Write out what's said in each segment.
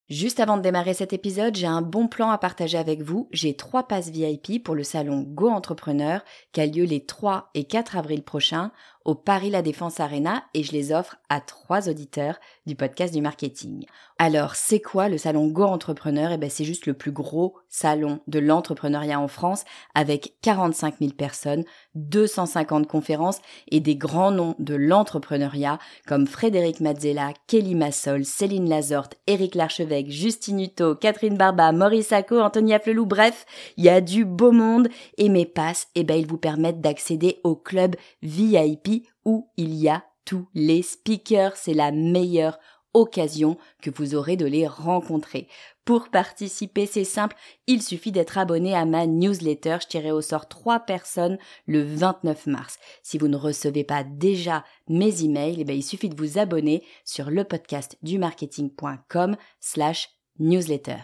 Juste avant de démarrer cet épisode, j'ai un bon plan à partager avec vous. J'ai 3 passes VIP pour le salon Go Entrepreneur qui a lieu les 3 et 4 avril prochains au Paris La Défense Arena et je les offre à 3 auditeurs du podcast du marketing. Alors, c'est quoi le salon Go Entrepreneur ? C'est juste le plus gros salon de l'entrepreneuriat en France avec 45 000 personnes, 250 conférences et des grands noms de l'entrepreneuriat comme Frédéric Mazzella, Kelly Massol, Céline Lazorte, Éric Larchevêque, Justine Hutto, Catherine Barba, Maurice Sacco, Antonia Flelou, bref, il y a du beau monde et mes passes, ils vous permettent d'accéder au club VIP où il y a tous les speakers. C'est la meilleure occasion que vous aurez de les rencontrer. Pour participer, c'est simple, il suffit d'être abonné à ma newsletter. Je tirerai au sort 3 personnes le 29 mars. Si vous ne recevez pas déjà mes emails, il suffit de vous abonner sur lepodcastdumarketing.com/newsletter.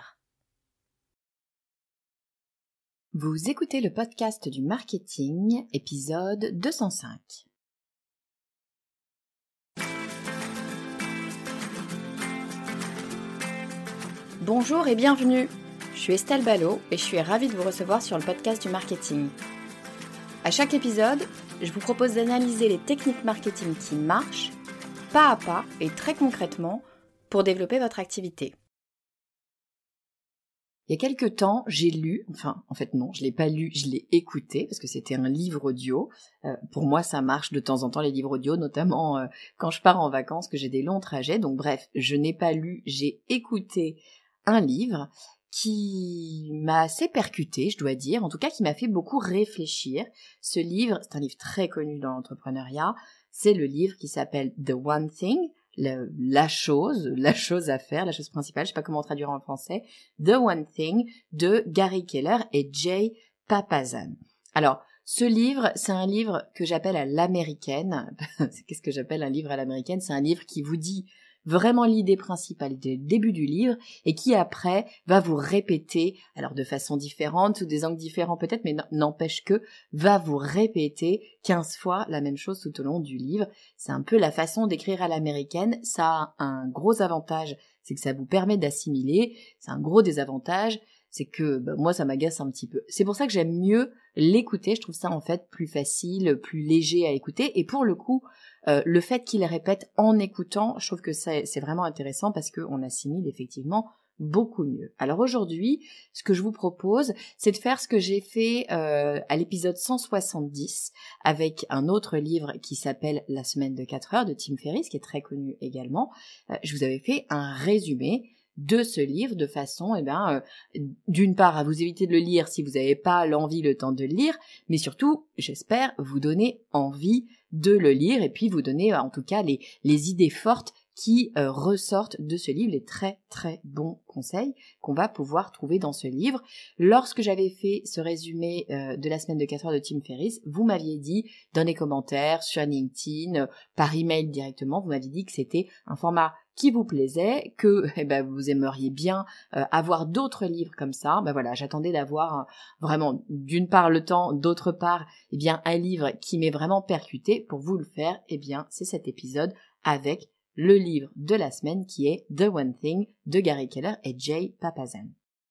Vous écoutez le podcast du marketing, épisode 205. Bonjour et bienvenue, je suis Estelle Ballot et je suis ravie de vous recevoir sur le podcast du marketing. À chaque épisode, je vous propose d'analyser les techniques marketing qui marchent, pas à pas et très concrètement, pour développer votre activité. Il y a quelques temps, j'ai lu, je l'ai pas lu, je l'ai écouté parce que c'était un livre audio. Pour moi, ça marche de temps en temps les livres audio, notamment quand je pars en vacances, que j'ai des longs trajets. Donc bref, je n'ai pas lu, j'ai écouté un livre qui m'a assez percuté, je dois dire, en tout cas qui m'a fait beaucoup réfléchir. Ce livre, c'est un livre très connu dans l'entrepreneuriat, c'est le livre qui s'appelle The One Thing, la chose à faire, la chose principale, je sais pas comment traduire en français, The One Thing de Gary Keller et Jay Papasan. Alors, ce livre, c'est un livre que j'appelle à l'américaine. Qu'est-ce que j'appelle un livre à l'américaine ? C'est un livre qui vous dit vraiment l'idée principale dès le début du livre et qui après va vous répéter, alors de façon différente ou des angles différents peut-être, mais n'empêche que va vous répéter 15 fois la même chose tout au long du livre. C'est un peu la façon d'écrire à l'américaine. Ça a un gros avantage, c'est que ça vous permet d'assimiler. C'est un gros désavantage, c'est que moi ça m'agace un petit peu. C'est pour ça que j'aime mieux l'écouter, je trouve ça en fait plus facile, plus léger à écouter, et pour le coup, le fait qu'il répète en écoutant, je trouve que c'est vraiment intéressant parce qu'on assimile effectivement beaucoup mieux. Alors aujourd'hui, ce que je vous propose, c'est de faire ce que j'ai fait à l'épisode 170 avec un autre livre qui s'appelle La semaine de 4 heures de Tim Ferriss, qui est très connu également. Je vous avais fait un résumé de ce livre de façon, d'une part à vous éviter de le lire si vous n'avez pas l'envie, le temps de le lire, mais surtout, j'espère, vous donner envie de le lire et puis vous donner en tout cas les idées fortes qui ressortent de ce livre, les très très bons conseils qu'on va pouvoir trouver dans ce livre. Lorsque j'avais fait ce résumé de la semaine de 4 heures de Tim Ferriss, vous m'aviez dit dans les commentaires, sur LinkedIn, par email directement, vous m'aviez dit que c'était un format qui vous plaisait, que vous aimeriez bien avoir d'autres livres comme ça. Voilà, j'attendais d'avoir vraiment d'une part le temps, d'autre part un livre qui m'est vraiment percuté. Pour vous le faire, c'est cet épisode avec le livre de la semaine qui est The One Thing de Gary Keller et Jay Papasan.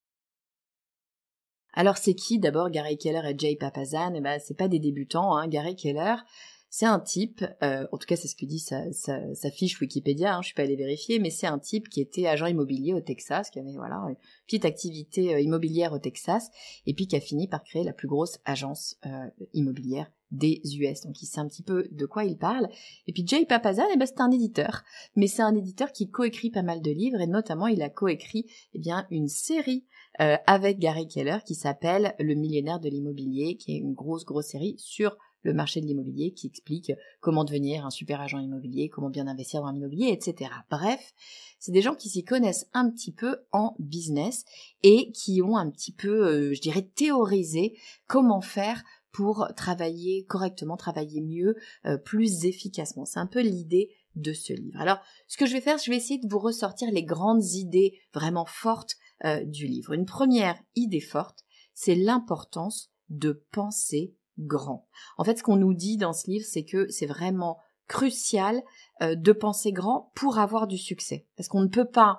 Alors c'est qui d'abord Gary Keller et Jay Papasan ? C'est pas des débutants, hein. Gary Keller, c'est un type, en tout cas c'est ce que dit sa fiche Wikipédia, je suis pas allée vérifier, mais c'est un type qui était agent immobilier au Texas, qui avait une petite activité immobilière au Texas, et puis qui a fini par créer la plus grosse agence immobilière des US, donc il sait un petit peu de quoi il parle. Et puis Jay Papasan, c'est un éditeur, mais c'est un éditeur qui coécrit pas mal de livres, et notamment il a coécrit une série avec Gary Keller qui s'appelle Le millionnaire de l'immobilier, qui est une grosse série sur le marché de l'immobilier, qui explique comment devenir un super agent immobilier, comment bien investir dans l'immobilier, etc. Bref, c'est des gens qui s'y connaissent un petit peu en business et qui ont un petit peu, théorisé comment faire pour travailler correctement, travailler mieux, plus efficacement. C'est un peu l'idée de ce livre. Alors, ce que je vais faire, je vais essayer de vous ressortir les grandes idées vraiment fortes du livre. Une première idée forte, c'est l'importance de penser grand. En fait, ce qu'on nous dit dans ce livre, c'est que c'est vraiment crucial de penser grand pour avoir du succès. Parce qu'on ne peut pas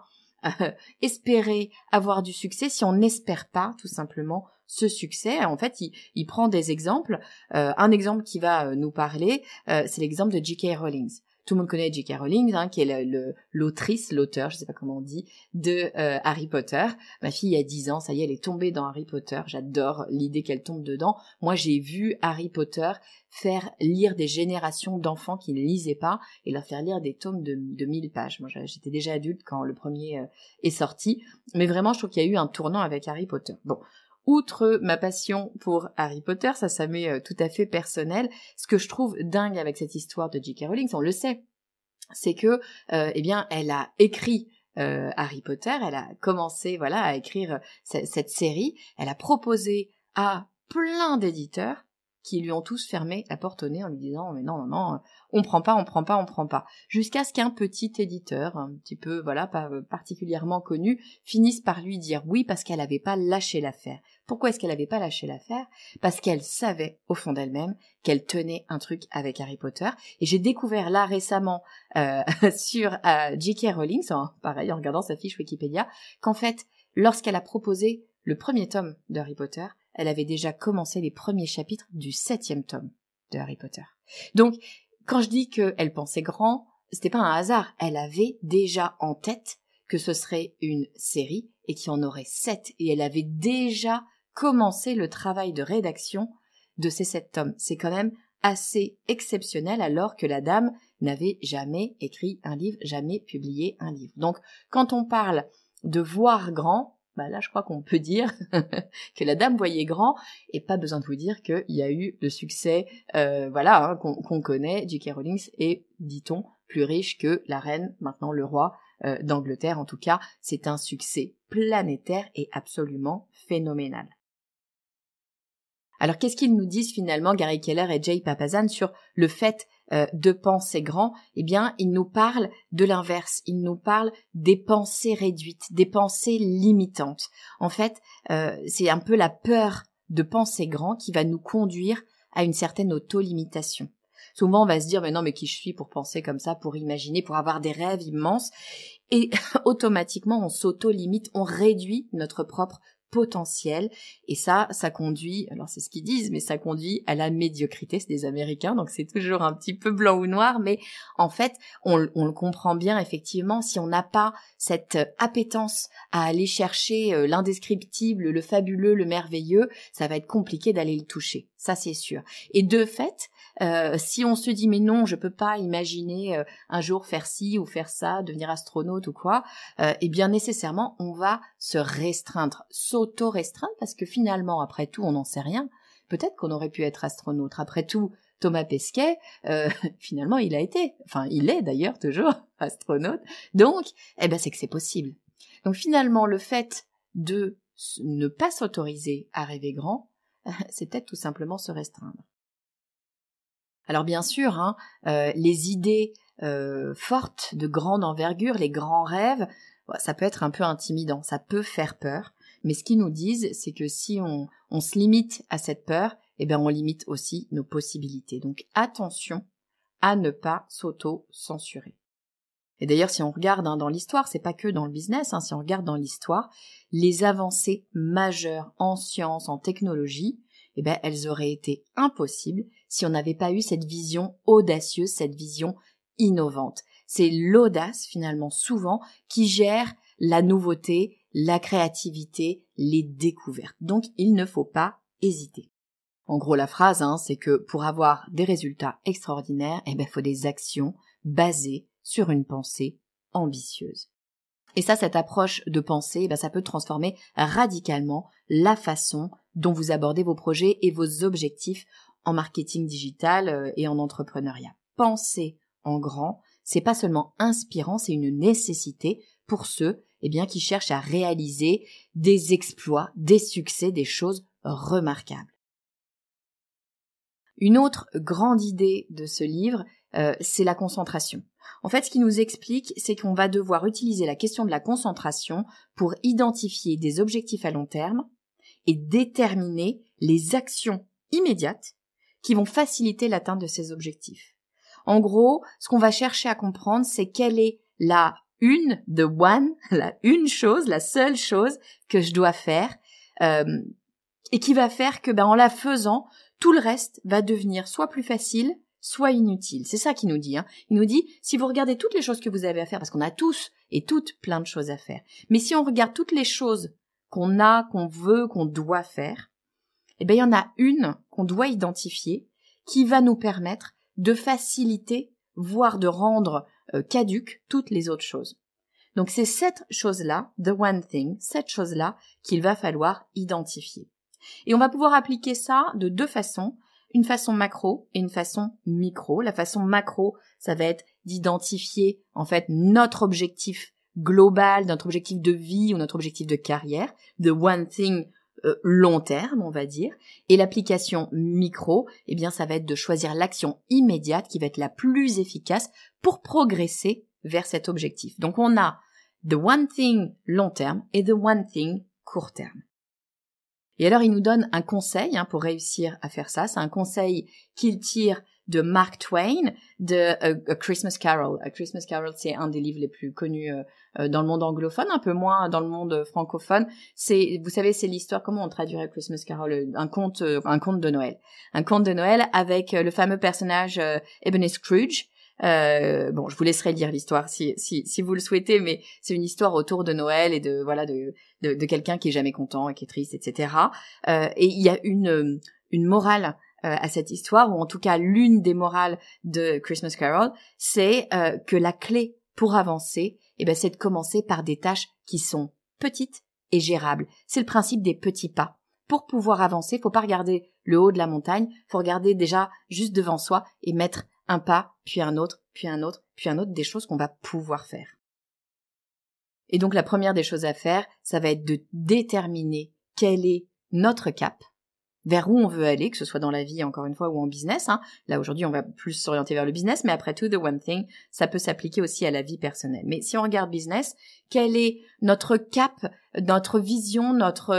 espérer avoir du succès si on n'espère pas tout simplement ce succès. En fait, il prend des exemples. Un exemple qui va nous parler, c'est l'exemple de J.K. Rowling. Tout le monde connaît J.K. Rowling, qui est l'auteur, je sais pas comment on dit, de Harry Potter. Ma fille a 10 ans, ça y est, elle est tombée dans Harry Potter. J'adore l'idée qu'elle tombe dedans. Moi, j'ai vu Harry Potter faire lire des générations d'enfants qui ne lisaient pas et leur faire lire des tomes de 1000 pages. Moi, j'étais déjà adulte quand le premier est sorti. Mais vraiment, je trouve qu'il y a eu un tournant avec Harry Potter. Bon. Outre ma passion pour Harry Potter, ça m'est tout à fait personnel. Ce que je trouve dingue avec cette histoire de J.K. Rowling, on le sait, c'est que, elle a écrit Harry Potter, elle a commencé, à écrire cette série. Elle a proposé à plein d'éditeurs qui lui ont tous fermé la porte au nez en lui disant mais non, on prend pas. Jusqu'à ce qu'un petit éditeur, un petit peu, pas particulièrement connu, finisse par lui dire oui parce qu'elle avait pas lâché l'affaire. Pourquoi est-ce qu'elle avait pas lâché l'affaire ? Parce qu'elle savait au fond d'elle-même qu'elle tenait un truc avec Harry Potter. Et j'ai découvert là récemment sur J.K. Rowling, pareil en regardant sa fiche Wikipédia, qu'en fait, lorsqu'elle a proposé le premier tome de Harry Potter, elle avait déjà commencé les premiers chapitres du 7e tome de Harry Potter. Donc, quand je dis qu'elle pensait grand, c'était pas un hasard. Elle avait déjà en tête que ce serait une série et qu'il y en aurait 7. Et elle avait déjà commencé le travail de rédaction de ces 7 tomes. C'est quand même assez exceptionnel alors que la dame n'avait jamais écrit un livre, jamais publié un livre. Donc, quand on parle de voir grand, là, je crois qu'on peut dire que la dame voyait grand, et pas besoin de vous dire qu'il y a eu le succès, qu'on connaît. J.K. Rowling est, dit-on, plus riche que la reine, maintenant le roi d'Angleterre. En tout cas, c'est un succès planétaire et absolument phénoménal. Alors, qu'est-ce qu'ils nous disent finalement, Gary Keller et Jay Papasan, sur le fait de penser grand? Eh bien, ils nous parlent de l'inverse. Ils nous parlent des pensées réduites, des pensées limitantes. En fait, c'est un peu la peur de penser grand qui va nous conduire à une certaine auto-limitation. Souvent, on va se dire, mais non, mais qui je suis pour penser comme ça, pour imaginer, pour avoir des rêves immenses? Et automatiquement, on s'auto-limite, on réduit notre propre potentiel, et ça conduit, alors c'est ce qu'ils disent, mais ça conduit à la médiocrité. C'est des Américains, donc c'est toujours un petit peu blanc ou noir, mais en fait, on le comprend bien, effectivement, si on n'a pas cette appétence à aller chercher l'indescriptible, le fabuleux, le merveilleux, ça va être compliqué d'aller le toucher, ça c'est sûr. Et de fait, si on se dit mais non, je peux pas imaginer un jour faire ci ou faire ça, devenir astronaute ou quoi, eh bien nécessairement on va se restreindre, s'auto-restreindre, parce que finalement, après tout, on n'en sait rien. Peut-être qu'on aurait pu être astronaute. Après tout, Thomas Pesquet, finalement, il est d'ailleurs toujours astronaute. Donc, c'est que c'est possible. Donc finalement, le fait de ne pas s'autoriser à rêver grand, c'est peut-être tout simplement se restreindre. Alors bien sûr, les idées fortes de grande envergure, les grands rêves, ça peut être un peu intimidant, ça peut faire peur. Mais ce qu'ils nous disent, c'est que si on se limite à cette peur, on limite aussi nos possibilités. Donc attention à ne pas s'auto-censurer. Et d'ailleurs, si on regarde dans l'histoire, c'est pas que dans le business, si on regarde dans l'histoire, les avancées majeures en sciences, en technologie, elles auraient été impossibles si on n'avait pas eu cette vision audacieuse, cette vision innovante. C'est l'audace, finalement, souvent, qui gère la nouveauté, la créativité, les découvertes. Donc, il ne faut pas hésiter. En gros, la phrase, c'est que pour avoir des résultats extraordinaires, il faut des actions basées sur une pensée ambitieuse. Et ça, cette approche de pensée, ça peut transformer radicalement la façon dont vous abordez vos projets et vos objectifs en marketing digital et en entrepreneuriat. Penser en grand, c'est pas seulement inspirant, c'est une nécessité pour ceux qui cherchent à réaliser des exploits, des succès, des choses remarquables. Une autre grande idée de ce livre, c'est la concentration. En fait, ce qui nous explique, c'est qu'on va devoir utiliser la question de la concentration pour identifier des objectifs à long terme et déterminer les actions immédiates qui vont faciliter l'atteinte de ces objectifs. En gros, ce qu'on va chercher à comprendre, c'est quelle est la the one, la seule chose que je dois faire, et qui va faire que, en la faisant, tout le reste va devenir soit plus facile, soit inutile. C'est ça qu'il nous dit, hein. Il nous dit, si vous regardez toutes les choses que vous avez à faire, parce qu'on a tous et toutes plein de choses à faire, mais si on regarde toutes les choses qu'on a, qu'on veut, qu'on doit faire, il y en a une qu'on doit identifier qui va nous permettre de faciliter, voire de rendre caduques toutes les autres choses. Donc c'est cette chose-là, the one thing, cette chose-là qu'il va falloir identifier. Et on va pouvoir appliquer ça de deux façons, une façon macro et une façon micro. La façon macro, ça va être d'identifier en fait notre objectif global, notre objectif de vie ou notre objectif de carrière, the one thing long terme, on va dire. Et l'application micro, ça va être de choisir l'action immédiate qui va être la plus efficace pour progresser vers cet objectif. Donc on a the one thing long terme et the one thing court terme. Et alors, il nous donne un conseil pour réussir à faire ça. C'est un conseil qu'il tire de Mark Twain, de A Christmas Carol. A Christmas Carol, c'est un des livres les plus connus dans le monde anglophone, un peu moins dans le monde francophone. Vous savez, c'est l'histoire, comment on traduirait Christmas Carol? Un conte de Noël. Un conte de Noël avec le fameux personnage Ebenezer Scrooge. Je vous laisserai lire l'histoire si vous le souhaitez, mais c'est une histoire autour de Noël et de quelqu'un qui est jamais content et qui est triste, etc. Et il y a une morale à cette histoire, ou en tout cas l'une des morales de Christmas Carol, c'est que la clé pour avancer, c'est de commencer par des tâches qui sont petites et gérables. C'est le principe des petits pas. Pour pouvoir avancer, faut pas regarder le haut de la montagne, faut regarder déjà juste devant soi et mettre un pas, puis un autre, puis un autre, puis un autre, des choses qu'on va pouvoir faire. Et donc la première des choses à faire, ça va être de déterminer quel est notre cap, vers où on veut aller, que ce soit dans la vie encore une fois ou en business. Là aujourd'hui on va plus s'orienter vers le business, mais après tout, the one thing, ça peut s'appliquer aussi à la vie personnelle. Mais si on regarde business, quel est notre cap, notre vision,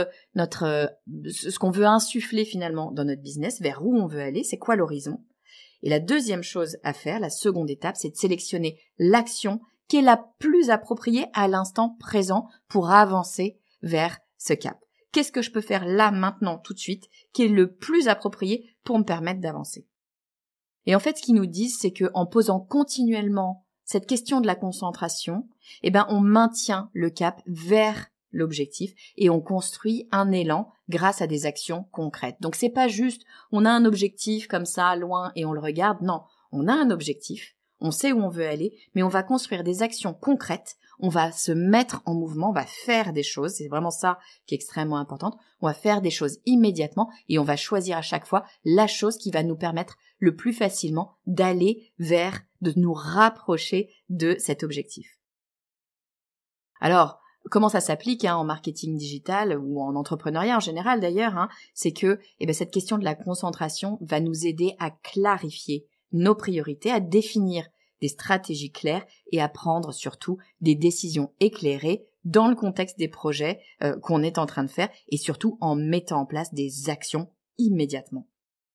ce qu'on veut insuffler finalement dans notre business, vers où on veut aller, c'est quoi l'horizon? Et la deuxième chose à faire, la seconde étape, c'est de sélectionner l'action qui est la plus appropriée à l'instant présent pour avancer vers ce cap. Qu'est-ce que je peux faire là, maintenant, tout de suite, qui est le plus approprié pour me permettre d'avancer? Et en fait, ce qu'ils nous disent, c'est que en posant continuellement cette question de la concentration, on maintient le cap vers l'objectif et on construit un élan grâce à des actions concrètes. Donc c'est pas juste on a un objectif comme ça loin et on le regarde, non, on a un objectif, on sait où on veut aller, mais on va construire des actions concrètes, on va se mettre en mouvement, on va faire des choses, c'est vraiment ça qui est extrêmement important, on va faire des choses immédiatement et on va choisir à chaque fois la chose qui va nous permettre le plus facilement d'aller vers, de nous rapprocher de cet objectif. Alors, comment ça s'applique en marketing digital ou en entrepreneuriat en général d'ailleurs, c'est que cette question de la concentration va nous aider à clarifier nos priorités, à définir des stratégies claires et à prendre surtout des décisions éclairées dans le contexte des projets qu'on est en train de faire et surtout en mettant en place des actions immédiatement.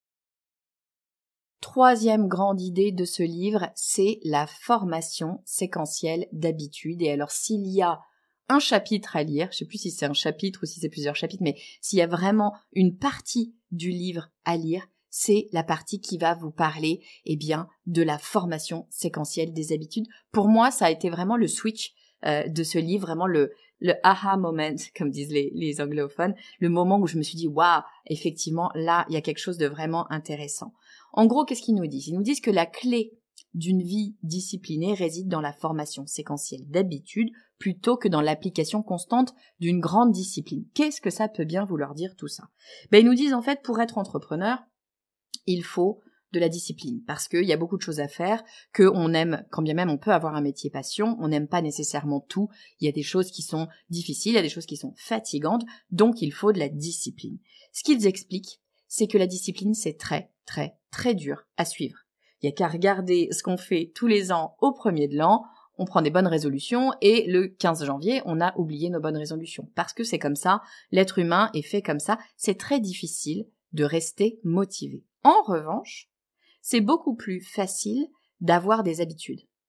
Troisième grande idée de ce livre, c'est la formation séquentielle d'habitude. Et alors s'il y a un chapitre à lire, je sais plus si c'est un chapitre ou si c'est plusieurs chapitres, mais s'il y a vraiment une partie du livre à lire, c'est la partie qui va vous parler, de la formation séquentielle des habitudes. Pour moi, ça a été vraiment le switch de ce livre, vraiment le aha moment, comme disent les anglophones, le moment où je me suis dit, waouh, effectivement, là, il y a quelque chose de vraiment intéressant. En gros, qu'est-ce qu'ils nous disent? Ils nous disent que la clé d'une vie disciplinée réside dans la formation séquentielle d'habitudes plutôt que dans l'application constante d'une grande discipline. Qu'est-ce que ça peut bien vouloir dire tout ça? Ils nous disent en fait, pour être entrepreneur, il faut de la discipline parce qu'il y a beaucoup de choses à faire, qu'on aime, quand bien même on peut avoir un métier passion, on n'aime pas nécessairement tout, il y a des choses qui sont difficiles, il y a des choses qui sont fatigantes, donc il faut de la discipline. Ce qu'ils expliquent, c'est que la discipline, c'est très, très, très dur à suivre. Il n'y a qu'à regarder ce qu'on fait tous les ans au 1er de l'an, on prend des bonnes résolutions et le 15 janvier, on a oublié nos bonnes résolutions. Parce que c'est comme ça, l'être humain est fait comme ça, c'est très difficile de rester motivé. En revanche, c'est beaucoup plus facile d'avoir des habitudes.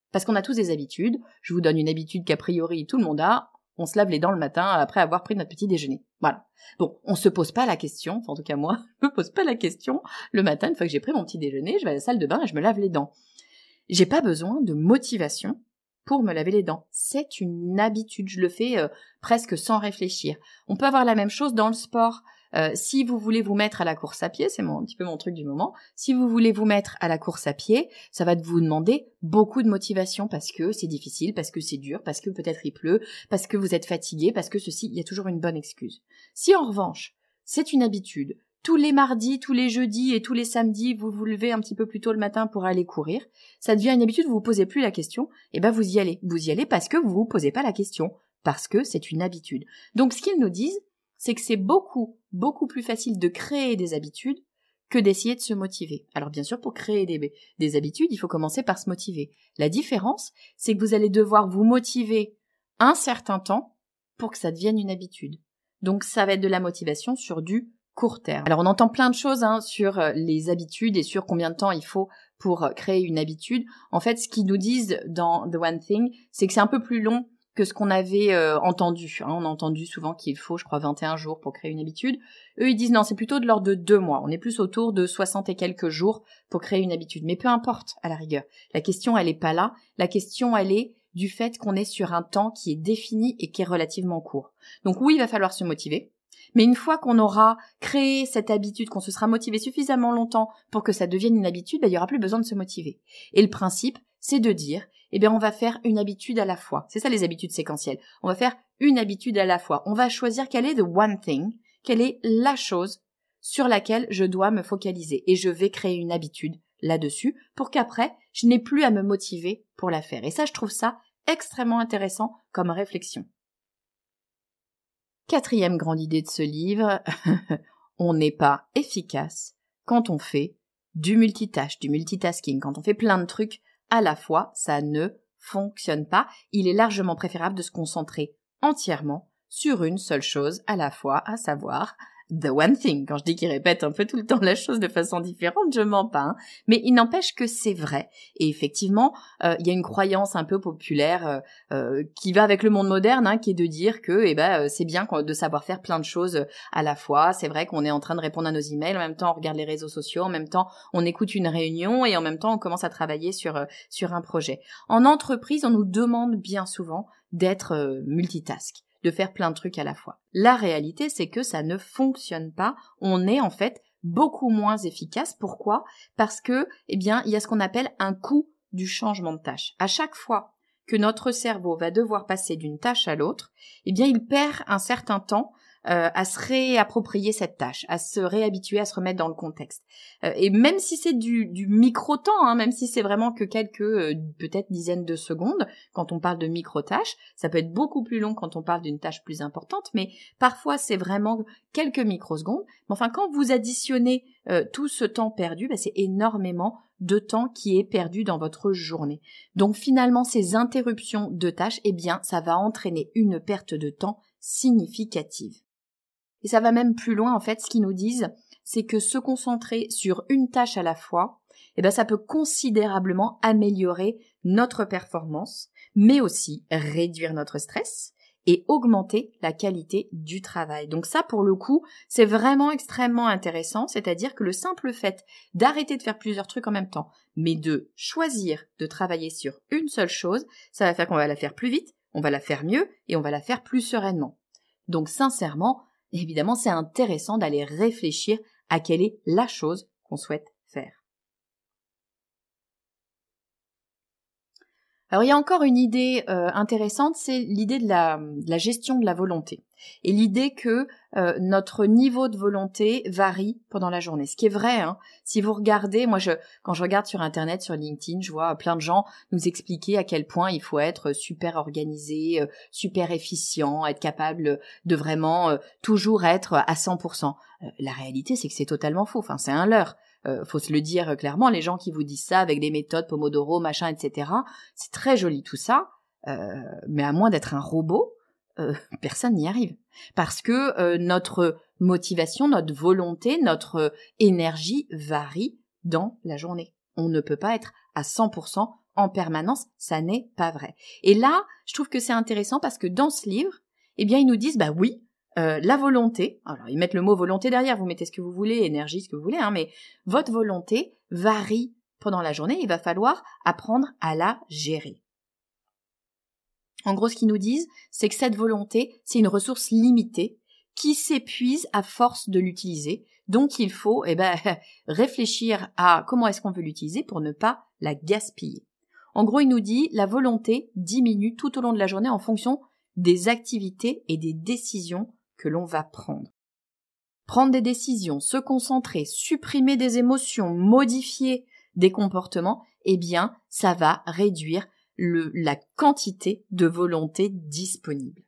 Parce qu'on a tous des habitudes. Je vous donne une habitude qu'a priori tout le monde a. On se lave les dents le matin après avoir pris notre petit déjeuner. Voilà. Bon, on se pose pas la question, enfin, en tout cas moi, je me pose pas la question le matin, une fois que j'ai pris mon petit déjeuner, je vais à la salle de bain et je me lave les dents. J'ai pas besoin de motivation pour me laver les dents. C'est une habitude, je le fais presque sans réfléchir. On peut avoir la même chose dans le sport. Si vous voulez vous mettre à la course à pied, c'est un petit peu mon truc du moment, si vous voulez vous mettre à la course à pied, ça va vous demander beaucoup de motivation parce que c'est difficile, parce que c'est dur, parce que peut-être il pleut, parce que vous êtes fatigué, parce que ceci, il y a toujours une bonne excuse. Si en revanche, c'est une habitude, tous les mardis, tous les jeudis et tous les samedis, vous vous levez un petit peu plus tôt le matin pour aller courir, ça devient une habitude, vous vous posez plus la question, et ben vous y allez. Vous y allez parce que vous vous posez pas la question, parce que c'est une habitude. Donc ce qu'ils nous disent, c'est que c'est beaucoup plus facile de créer des habitudes que d'essayer de se motiver. Alors bien sûr, pour créer des habitudes, il faut commencer par se motiver. La différence, c'est que vous allez devoir vous motiver un certain temps pour que ça devienne une habitude. Donc ça va être de la motivation sur du court terme. Alors on entend plein de choses sur les habitudes et sur combien de temps il faut pour créer une habitude. En fait, ce qu'ils nous disent dans The One Thing, c'est que c'est un peu plus long que ce qu'on avait entendu. On a entendu souvent qu'il faut, je crois, 21 jours pour créer une habitude. Eux, ils disent non, c'est plutôt de l'ordre de 2 mois. On est plus autour de 60 et quelques jours pour créer une habitude. Mais peu importe, à la rigueur. La question, elle est pas là. La question, elle est du fait qu'on est sur un temps qui est défini et qui est relativement court. Donc oui, il va falloir se motiver. Mais une fois qu'on aura créé cette habitude, qu'on se sera motivé suffisamment longtemps pour que ça devienne une habitude, il n'y aura plus besoin de se motiver. Et le principe, c'est de dire, on va faire une habitude à la fois. C'est ça les habitudes séquentielles. On va faire une habitude à la fois. On va choisir quelle est the one thing, quelle est la chose sur laquelle je dois me focaliser. Et je vais créer une habitude là-dessus pour qu'après, je n'ai plus à me motiver pour la faire. Et ça, je trouve ça extrêmement intéressant comme réflexion. 4e grande idée de ce livre, on n'est pas efficace quand on fait du multitâche, du multitasking. Quand on fait plein de trucs à la fois, ça ne fonctionne pas. Il est largement préférable de se concentrer entièrement sur une seule chose à la fois, à savoir the one thing. Quand je dis qu'il répète un peu tout le temps la chose de façon différente, je mens pas. Mais il n'empêche que c'est vrai. Et effectivement, il y a une croyance un peu populaire qui va avec le monde moderne, qui est de dire que c'est bien de savoir faire plein de choses à la fois. C'est vrai qu'on est en train de répondre à nos emails, en même temps on regarde les réseaux sociaux, en même temps on écoute une réunion et en même temps on commence à travailler sur un projet. En entreprise, on nous demande bien souvent d'être multitask, de faire plein de trucs à la fois. La réalité, c'est que ça ne fonctionne pas. On est en fait beaucoup moins efficace. Pourquoi ? Parce que, il y a ce qu'on appelle un coût du changement de tâche. À chaque fois que notre cerveau va devoir passer d'une tâche à l'autre, il perd un certain temps à se réapproprier cette tâche, à se réhabituer, à se remettre dans le contexte. Et même si c'est du micro-temps, même si c'est vraiment que quelques peut-être dizaines de secondes, quand on parle de micro-tâches, ça peut être beaucoup plus long quand on parle d'une tâche plus importante, mais parfois c'est vraiment quelques microsecondes. Mais enfin, quand vous additionnez tout ce temps perdu, c'est énormément de temps qui est perdu dans votre journée. Donc finalement, ces interruptions de tâches, ça va entraîner une perte de temps significative. Et ça va même plus loin, en fait, ce qu'ils nous disent, c'est que se concentrer sur une tâche à la fois, ça peut considérablement améliorer notre performance, mais aussi réduire notre stress et augmenter la qualité du travail. Donc ça, pour le coup, c'est vraiment extrêmement intéressant, c'est-à-dire que le simple fait d'arrêter de faire plusieurs trucs en même temps, mais de choisir de travailler sur une seule chose, ça va faire qu'on va la faire plus vite, on va la faire mieux et on va la faire plus sereinement. Donc sincèrement, évidemment, c'est intéressant d'aller réfléchir à quelle est la chose qu'on souhaite faire. Alors il y a encore une idée intéressante, c'est l'idée de la gestion de la volonté. Et l'idée que notre niveau de volonté varie pendant la journée. Ce qui est vrai, si vous regardez, quand je regarde sur Internet, sur LinkedIn, je vois plein de gens nous expliquer à quel point il faut être super organisé, super efficient, être capable de vraiment toujours être à 100%. La réalité, c'est que c'est totalement faux, c'est un leurre. Faut se le dire clairement, les gens qui vous disent ça avec des méthodes Pomodoro, machin, etc., c'est très joli tout ça, mais à moins d'être un robot, personne n'y arrive. Parce que notre motivation, notre volonté, notre énergie varie dans la journée. On ne peut pas être à 100% en permanence, ça n'est pas vrai. Et là, je trouve que c'est intéressant parce que dans ce livre, eh bien, ils nous disent, bah oui, la volonté, alors ils mettent le mot volonté derrière, vous mettez ce que vous voulez, énergie, ce que vous voulez, mais votre volonté varie pendant la journée, il va falloir apprendre à la gérer. En gros, ce qu'ils nous disent, c'est que cette volonté, c'est une ressource limitée qui s'épuise à force de l'utiliser. Donc, il faut réfléchir à comment est-ce qu'on veut l'utiliser pour ne pas la gaspiller. En gros, il nous dit la volonté diminue tout au long de la journée en fonction des activités et des décisions que l'on va prendre. Prendre des décisions, se concentrer, supprimer des émotions, modifier des comportements, eh bien, ça va réduire la quantité de volonté disponible.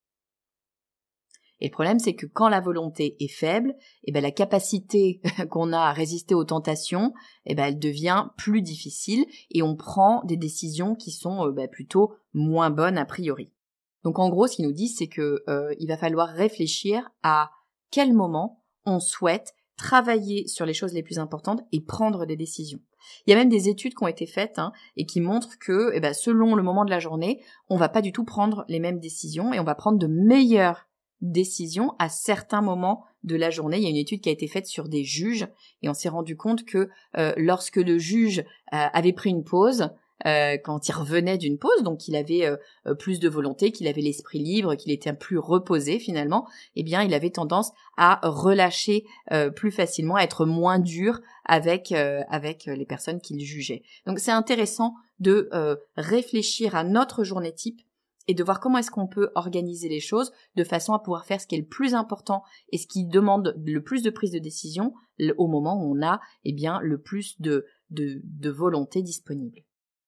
Et le problème, c'est que quand la volonté est faible, la capacité qu'on a à résister aux tentations, elle devient plus difficile et on prend des décisions qui sont plutôt moins bonnes a priori. Donc en gros, ce qu'ils nous disent, c'est que il va falloir réfléchir à quel moment on souhaite travailler sur les choses les plus importantes et prendre des décisions. Il y a même des études qui ont été faites et qui montrent que selon le moment de la journée, on va pas du tout prendre les mêmes décisions et on va prendre de meilleures décisions à certains moments de la journée. Il y a une étude qui a été faite sur des juges et on s'est rendu compte que lorsque le juge avait pris une pause, quand il revenait d'une pause, donc qu'il avait plus de volonté, qu'il avait l'esprit libre, qu'il était plus reposé finalement, eh bien il avait tendance à relâcher plus facilement, à être moins dur avec les personnes qu'il jugeait. Donc c'est intéressant de réfléchir à notre journée type et de voir comment est-ce qu'on peut organiser les choses de façon à pouvoir faire ce qui est le plus important et ce qui demande le plus de prise de décision au moment où on a le plus de volonté disponible.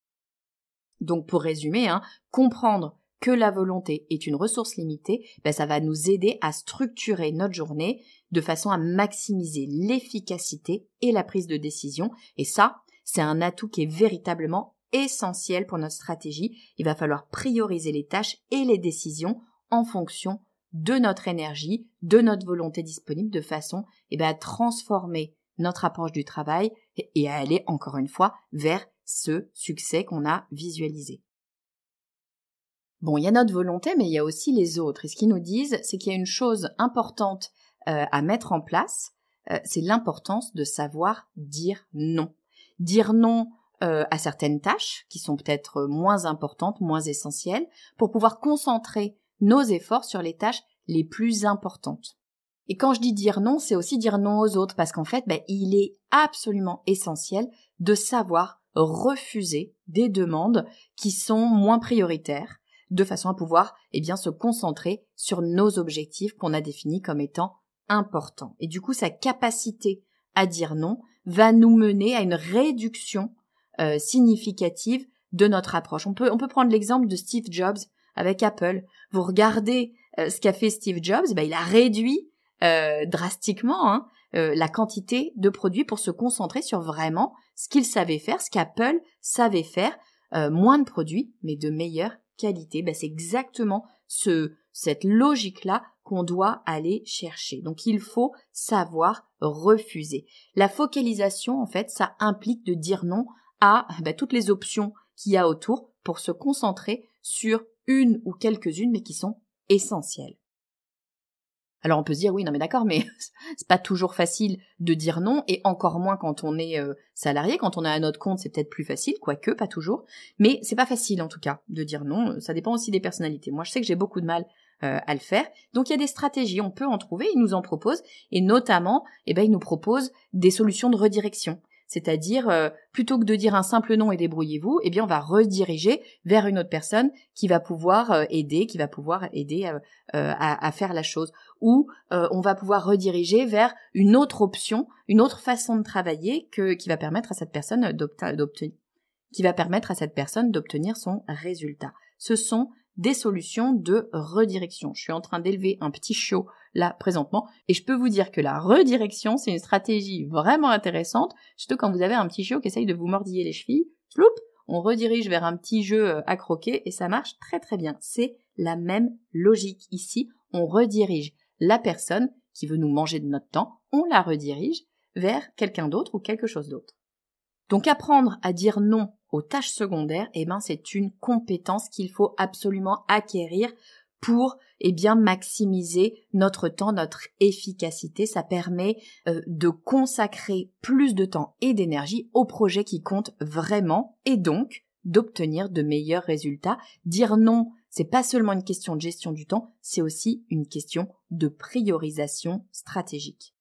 Donc pour résumer, comprendre que la volonté est une ressource limitée, ça va nous aider à structurer notre journée de façon à maximiser l'efficacité et la prise de décision. Et ça, c'est un atout qui est véritablement essentiel pour notre stratégie. Il va falloir prioriser les tâches et les décisions en fonction de notre énergie, de notre volonté disponible, de façon à transformer notre approche du travail et à aller encore une fois vers ce succès qu'on a visualisé. Bon, il y a notre volonté, mais il y a aussi les autres. Et ce qu'ils nous disent, c'est qu'il y a une chose importante à mettre en place, c'est l'importance de savoir dire non. Dire non à certaines tâches qui sont peut-être moins importantes, moins essentielles, pour pouvoir concentrer nos efforts sur les tâches les plus importantes. Et quand je dis dire non, c'est aussi dire non aux autres, parce qu'en fait, il est absolument essentiel de savoir refuser des demandes qui sont moins prioritaires, de façon à pouvoir se concentrer sur nos objectifs qu'on a définis comme étant importants. Et du coup, sa capacité à dire non va nous mener à une réduction significative de notre approche. On peut prendre l'exemple de Steve Jobs avec Apple. Vous regardez ce qu'a fait Steve Jobs, il a réduit drastiquement la quantité de produits pour se concentrer sur vraiment ce qu'il savait faire, ce qu'Apple savait faire, moins de produits, mais de meilleure qualité. C'est exactement cette logique-là qu'on doit aller chercher. Donc il faut savoir refuser. La focalisation, en fait, ça implique de dire non à toutes les options qu'il y a autour pour se concentrer sur une ou quelques-unes, mais qui sont essentielles. Alors on peut se dire oui, non mais d'accord, mais c'est pas toujours facile de dire non, et encore moins quand on est salarié. Quand on est à notre compte, c'est peut-être plus facile, quoique pas toujours, mais c'est pas facile en tout cas de dire non. Ça dépend aussi des personnalités. Moi je sais que j'ai beaucoup de mal à le faire, donc il y a des stratégies, on peut en trouver, ils nous en proposent, et notamment ils nous proposent des solutions de redirection. C'est-à-dire, plutôt que de dire un simple non et débrouillez-vous, on va rediriger vers une autre personne qui va pouvoir aider, à faire la chose. Ou on va pouvoir rediriger vers une autre option, une autre façon de travailler qui va permettre à cette personne d'obtenir son résultat. Ce sont des solutions de redirection. Je suis en train d'élever un petit chiot là présentement et je peux vous dire que la redirection, c'est une stratégie vraiment intéressante, surtout quand vous avez un petit chiot qui essaye de vous mordiller les chevilles. Sloup, on redirige vers un petit jeu à croquer et ça marche très très bien. C'est la même logique ici. On redirige la personne qui veut nous manger de notre temps, on la redirige vers quelqu'un d'autre ou quelque chose d'autre. Donc apprendre à dire non aux tâches secondaires, c'est une compétence qu'il faut absolument acquérir pour maximiser notre temps, notre efficacité. Ça permet de consacrer plus de temps et d'énergie aux projets qui comptent vraiment et donc d'obtenir de meilleurs résultats. Dire non, c'est pas seulement une question de gestion du temps, c'est aussi une question de priorisation stratégique.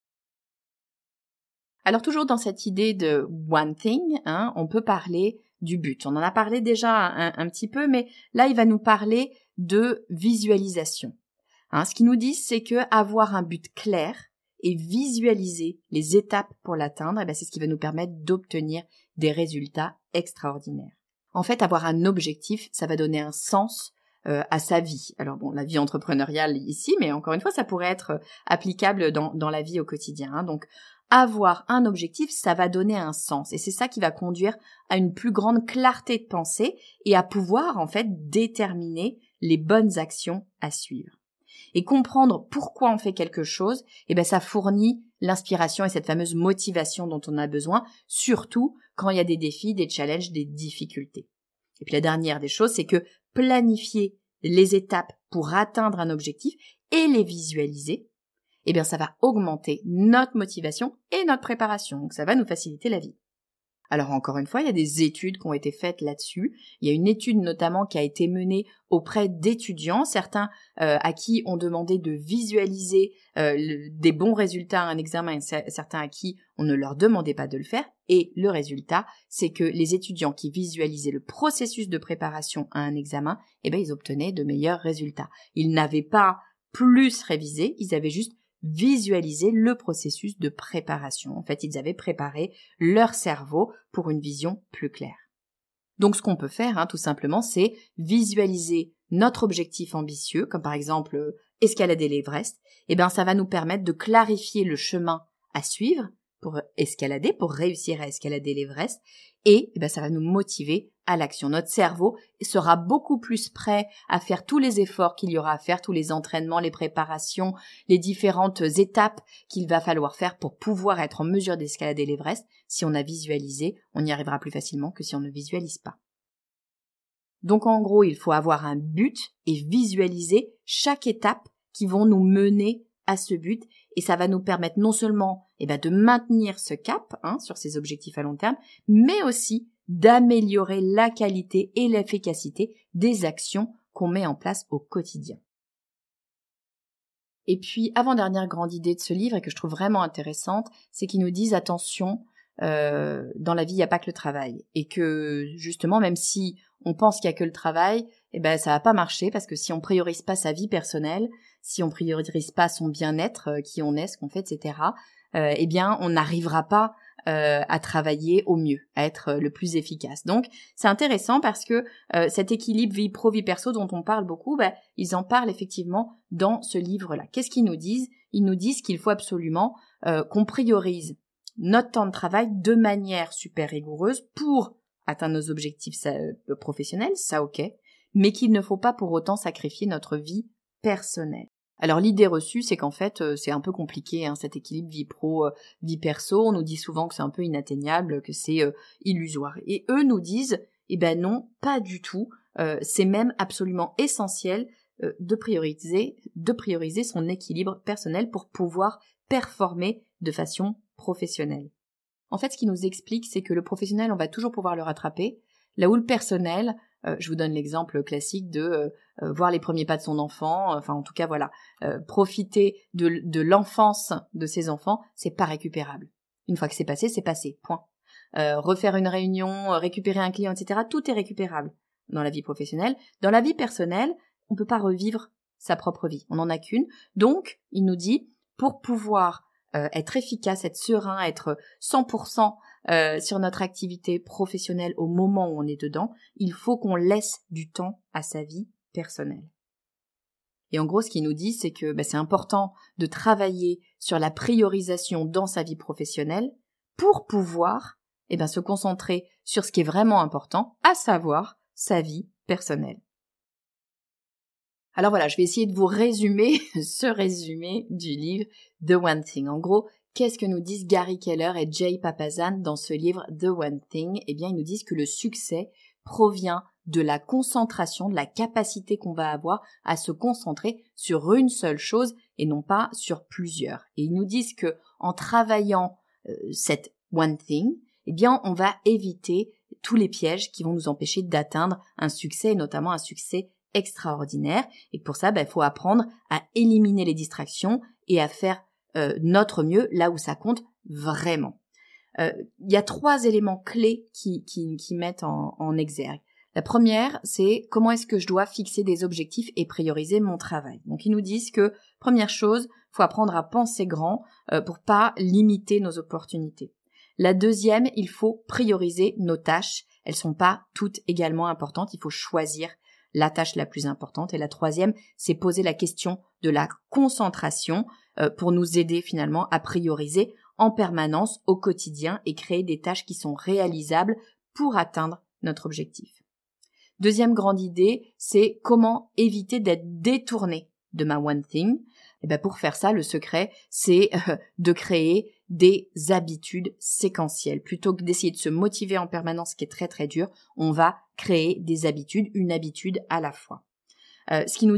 Alors toujours dans cette idée de one thing, on peut parler du but. On en a parlé déjà un petit peu, mais là il va nous parler de visualisation. Ce qu'il nous dit, c'est que avoir un but clair et visualiser les étapes pour l'atteindre, c'est ce qui va nous permettre d'obtenir des résultats extraordinaires. En fait, avoir un objectif, ça va donner un sens à sa vie. Alors la vie entrepreneuriale ici, mais encore une fois, ça pourrait être applicable dans la vie au quotidien. Donc, avoir un objectif, ça va donner un sens. Et c'est ça qui va conduire à une plus grande clarté de pensée et à pouvoir, en fait, déterminer les bonnes actions à suivre. Et comprendre pourquoi on fait quelque chose, ça fournit l'inspiration et cette fameuse motivation dont on a besoin, surtout quand il y a des défis, des challenges, des difficultés. Et puis la dernière des choses, c'est que planifier les étapes pour atteindre un objectif et les visualiser, ça va augmenter notre motivation et notre préparation. Donc ça va nous faciliter la vie. Alors encore une fois, il y a des études qui ont été faites là-dessus. Il y a une étude notamment qui a été menée auprès d'étudiants, certains à qui on demandait de visualiser des bons résultats à un examen et certains à qui on ne leur demandait pas de le faire. Et le résultat, c'est que les étudiants qui visualisaient le processus de préparation à un examen, ils obtenaient de meilleurs résultats. Ils n'avaient pas plus révisé, ils avaient juste visualiser le processus de préparation. En fait, ils avaient préparé leur cerveau pour une vision plus claire. Donc, ce qu'on peut faire, tout simplement, c'est visualiser notre objectif ambitieux, comme par exemple escalader l'Everest. Ça va nous permettre de clarifier le chemin à suivre pour escalader, pour réussir à escalader l'Everest. Et ça va nous motiver à l'action. Notre cerveau sera beaucoup plus prêt à faire tous les efforts qu'il y aura à faire, tous les entraînements, les préparations, les différentes étapes qu'il va falloir faire pour pouvoir être en mesure d'escalader l'Everest. Si on a visualisé, on y arrivera plus facilement que si on ne visualise pas. Donc en gros, il faut avoir un but et visualiser chaque étape qui vont nous mener à ce but et ça va nous permettre non seulement de maintenir ce cap sur ces objectifs à long terme, mais aussi d'améliorer la qualité et l'efficacité des actions qu'on met en place au quotidien. Et puis, avant-dernière grande idée de ce livre et que je trouve vraiment intéressante, c'est qu'ils nous disent attention, dans la vie, il n'y a pas que le travail. Et que, justement, même si on pense qu'il n'y a que le travail, ça va pas marcher parce que si on priorise pas sa vie personnelle, si on priorise pas son bien-être, qui on est, ce qu'on fait, etc., on n'arrivera pas à travailler au mieux, à être le plus efficace. Donc, c'est intéressant parce que cet équilibre vie pro, vie perso dont on parle beaucoup, ils en parlent effectivement dans ce livre-là. Qu'est-ce qu'ils nous disent ? Ils nous disent qu'il faut absolument qu'on priorise notre temps de travail de manière super rigoureuse pour atteindre nos objectifs professionnels, ça ok, mais qu'il ne faut pas pour autant sacrifier notre vie personnelle. Alors l'idée reçue, c'est qu'en fait, c'est un peu compliqué, cet équilibre vie pro, vie perso. On nous dit souvent que c'est un peu inatteignable, que c'est illusoire. Et eux nous disent, non, pas du tout. C'est même absolument essentiel de prioriser son équilibre personnel pour pouvoir performer de façon professionnelle. En fait, ce qui nous explique, c'est que le professionnel, on va toujours pouvoir le rattraper, là où le personnel, je vous donne l'exemple classique de voir les premiers pas de son enfant, en tout cas voilà, profiter de l'enfance de ses enfants, c'est pas récupérable. Une fois que c'est passé, point. Refaire une réunion, récupérer un client, etc., tout est récupérable dans la vie professionnelle. Dans la vie personnelle, on peut pas revivre sa propre vie, on n'en a qu'une. Donc, il nous dit, pour pouvoir être efficace, être serein, être 100% sur notre activité professionnelle au moment où on est dedans, il faut qu'on laisse du temps à sa vie personnelle. Et en gros, ce qu'il nous dit, c'est que c'est important de travailler sur la priorisation dans sa vie professionnelle pour pouvoir se concentrer sur ce qui est vraiment important, à savoir sa vie personnelle. Alors voilà, je vais essayer de vous résumer ce résumé du livre The One Thing. En gros, qu'est-ce que nous disent Gary Keller et Jay Papasan dans ce livre The One Thing? Eh bien, ils nous disent que le succès provient de la concentration, de la capacité qu'on va avoir à se concentrer sur une seule chose et non pas sur plusieurs. Et ils nous disent que en travaillant cette One Thing, eh bien, on va éviter tous les pièges qui vont nous empêcher d'atteindre un succès, et notamment un succès extraordinaire. Et pour ça, il faut apprendre à éliminer les distractions et à faire notre mieux là où ça compte vraiment. Il y a 3 éléments clés qui mettent en exergue. La première, c'est comment est-ce que je dois fixer des objectifs et prioriser mon travail. Donc, ils nous disent que, première chose, faut apprendre à penser grand pour pas limiter nos opportunités. La deuxième, il faut prioriser nos tâches. Elles sont pas toutes également importantes. Il faut choisir la tâche la plus importante. Et la troisième, c'est poser la question de la concentration pour nous aider finalement à prioriser en permanence au quotidien et créer des tâches qui sont réalisables pour atteindre notre objectif. Deuxième grande idée, c'est comment éviter d'être détourné de ma One Thing. Et pour faire ça, le secret, c'est de créer des habitudes séquentielles. Plutôt que d'essayer de se motiver en permanence, ce qui est très très dur, on va créer des habitudes, une habitude à la fois. Ce qu'ils nous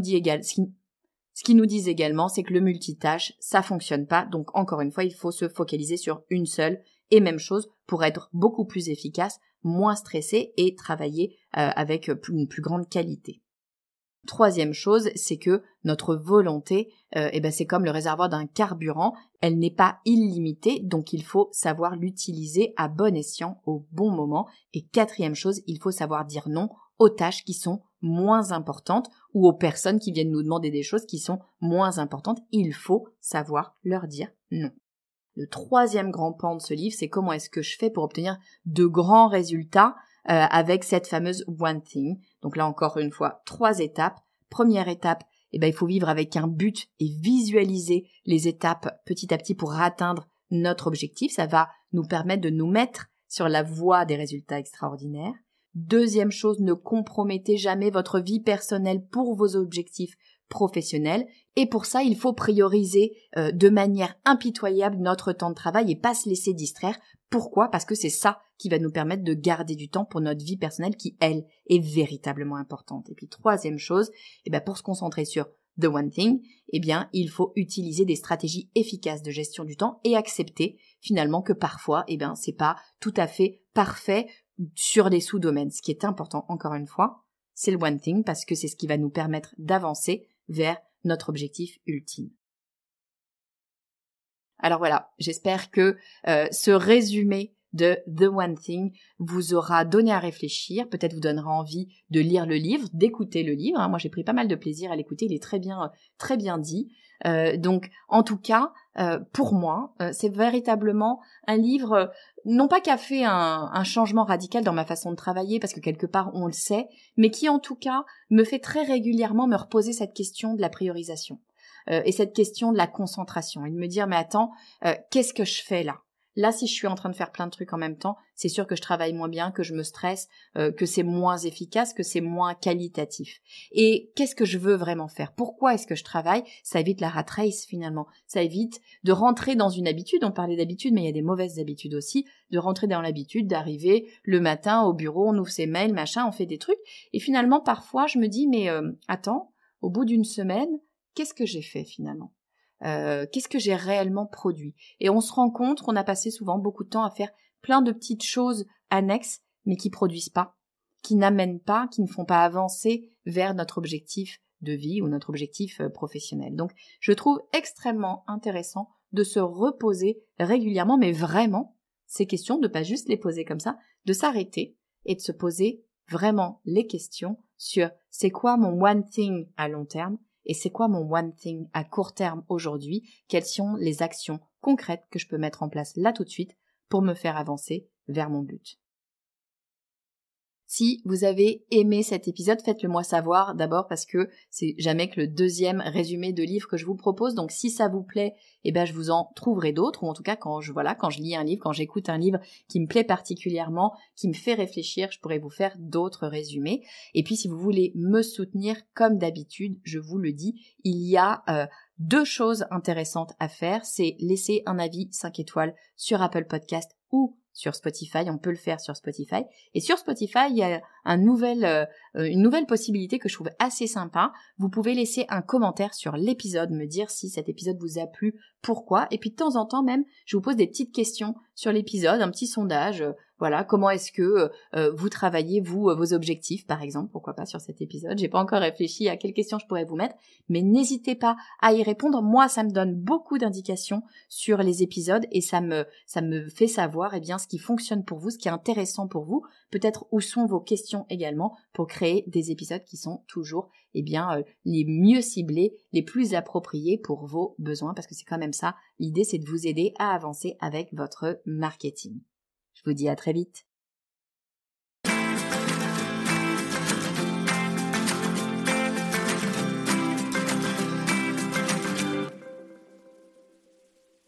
disent également, c'est que le multitâche, ça fonctionne pas. Donc encore une fois, il faut se focaliser sur une seule et même chose pour être beaucoup plus efficace, moins stressé et travailler avec une plus grande qualité. Troisième chose, c'est que notre volonté, c'est comme le réservoir d'un carburant, elle n'est pas illimitée, donc il faut savoir l'utiliser à bon escient au bon moment. Et quatrième chose, il faut savoir dire non aux tâches qui sont moins importantes ou aux personnes qui viennent nous demander des choses qui sont moins importantes. Il faut savoir leur dire non. Le troisième grand pan de ce livre, c'est comment est-ce que je fais pour obtenir de grands résultats avec cette fameuse One Thing. Donc là encore une fois, 3 étapes. Première étape, il faut vivre avec un but et visualiser les étapes petit à petit pour atteindre notre objectif. Ça va nous permettre de nous mettre sur la voie des résultats extraordinaires. Deuxième chose, ne compromettez jamais votre vie personnelle pour vos objectifs professionnels. Et pour ça, il faut prioriser de manière impitoyable notre temps de travail et pas se laisser distraire. Pourquoi ? Parce que c'est ça qui va nous permettre de garder du temps pour notre vie personnelle qui, elle, est véritablement importante. Et puis, troisième chose, pour se concentrer sur The One Thing, il faut utiliser des stratégies efficaces de gestion du temps et accepter finalement que parfois, c'est pas tout à fait parfait sur les sous-domaines. Ce qui est important, encore une fois, c'est le One Thing parce que c'est ce qui va nous permettre d'avancer vers notre objectif ultime. Alors voilà, j'espère que ce résumé de The One Thing vous aura donné à réfléchir, peut-être vous donnera envie de lire le livre, d'écouter le livre. Moi, j'ai pris pas mal de plaisir à l'écouter, il est très bien dit. Donc, en tout cas, pour moi, c'est véritablement un livre, non pas qui a fait un changement radical dans ma façon de travailler, parce que quelque part, on le sait, mais qui, en tout cas, me fait très régulièrement me reposer cette question de la priorisation et cette question de la concentration et de me dire, mais attends, qu'est-ce que je fais là ? Là, si je suis en train de faire plein de trucs en même temps, c'est sûr que je travaille moins bien, que je me stresse, que c'est moins efficace, que c'est moins qualitatif. Et qu'est-ce que je veux vraiment faire ? Pourquoi est-ce que je travaille ? Ça évite la rat race finalement. Ça évite de rentrer dans une habitude. On parlait d'habitude, mais il y a des mauvaises habitudes aussi. De rentrer dans l'habitude d'arriver le matin au bureau, on ouvre ses mails, machin, on fait des trucs. Et finalement, parfois, je me dis, mais attends, au bout d'une semaine, qu'est-ce que j'ai fait finalement ? Qu'est-ce que j'ai réellement produit ? Et on se rend compte qu'on a passé souvent beaucoup de temps à faire plein de petites choses annexes, mais qui produisent pas, qui n'amènent pas, qui ne font pas avancer vers notre objectif de vie ou notre objectif professionnel. Donc, je trouve extrêmement intéressant de se reposer régulièrement, mais vraiment, ces questions, de pas juste les poser comme ça, de s'arrêter et de se poser vraiment les questions sur c'est quoi mon one thing à long terme et c'est quoi mon one thing à court terme aujourd'hui, quelles sont les actions concrètes que je peux mettre en place là tout de suite pour me faire avancer vers mon but. Si vous avez aimé cet épisode, faites-le moi savoir d'abord parce que c'est jamais que le deuxième résumé de livre que je vous propose. Donc si ça vous plaît, je vous en trouverai d'autres. Ou en tout cas, quand je lis un livre, quand j'écoute un livre qui me plaît particulièrement, qui me fait réfléchir, je pourrais vous faire d'autres résumés. Et puis si vous voulez me soutenir, comme d'habitude, je vous le dis, il y a 2 choses intéressantes à faire. C'est laisser un avis 5 étoiles sur Apple Podcast ou sur Spotify, on peut le faire sur Spotify. Et sur Spotify, il y a une nouvelle possibilité que je trouve assez sympa. Vous pouvez laisser un commentaire sur l'épisode, me dire si cet épisode vous a plu, pourquoi. Et puis de temps en temps même, je vous pose des petites questions sur l'épisode, un petit sondage. Comment est-ce que vous travaillez, vos objectifs, par exemple, pourquoi pas sur cet épisode. J'ai pas encore réfléchi à quelles questions je pourrais vous mettre, mais n'hésitez pas à y répondre. Moi, ça me donne beaucoup d'indications sur les épisodes et ça me fait savoir ce qui fonctionne pour vous, ce qui est intéressant pour vous, peut-être où sont vos questions également pour créer des épisodes qui sont toujours les mieux ciblés, les plus appropriés pour vos besoins, parce que c'est quand même ça, l'idée c'est de vous aider à avancer avec votre marketing. Je vous dis à très vite.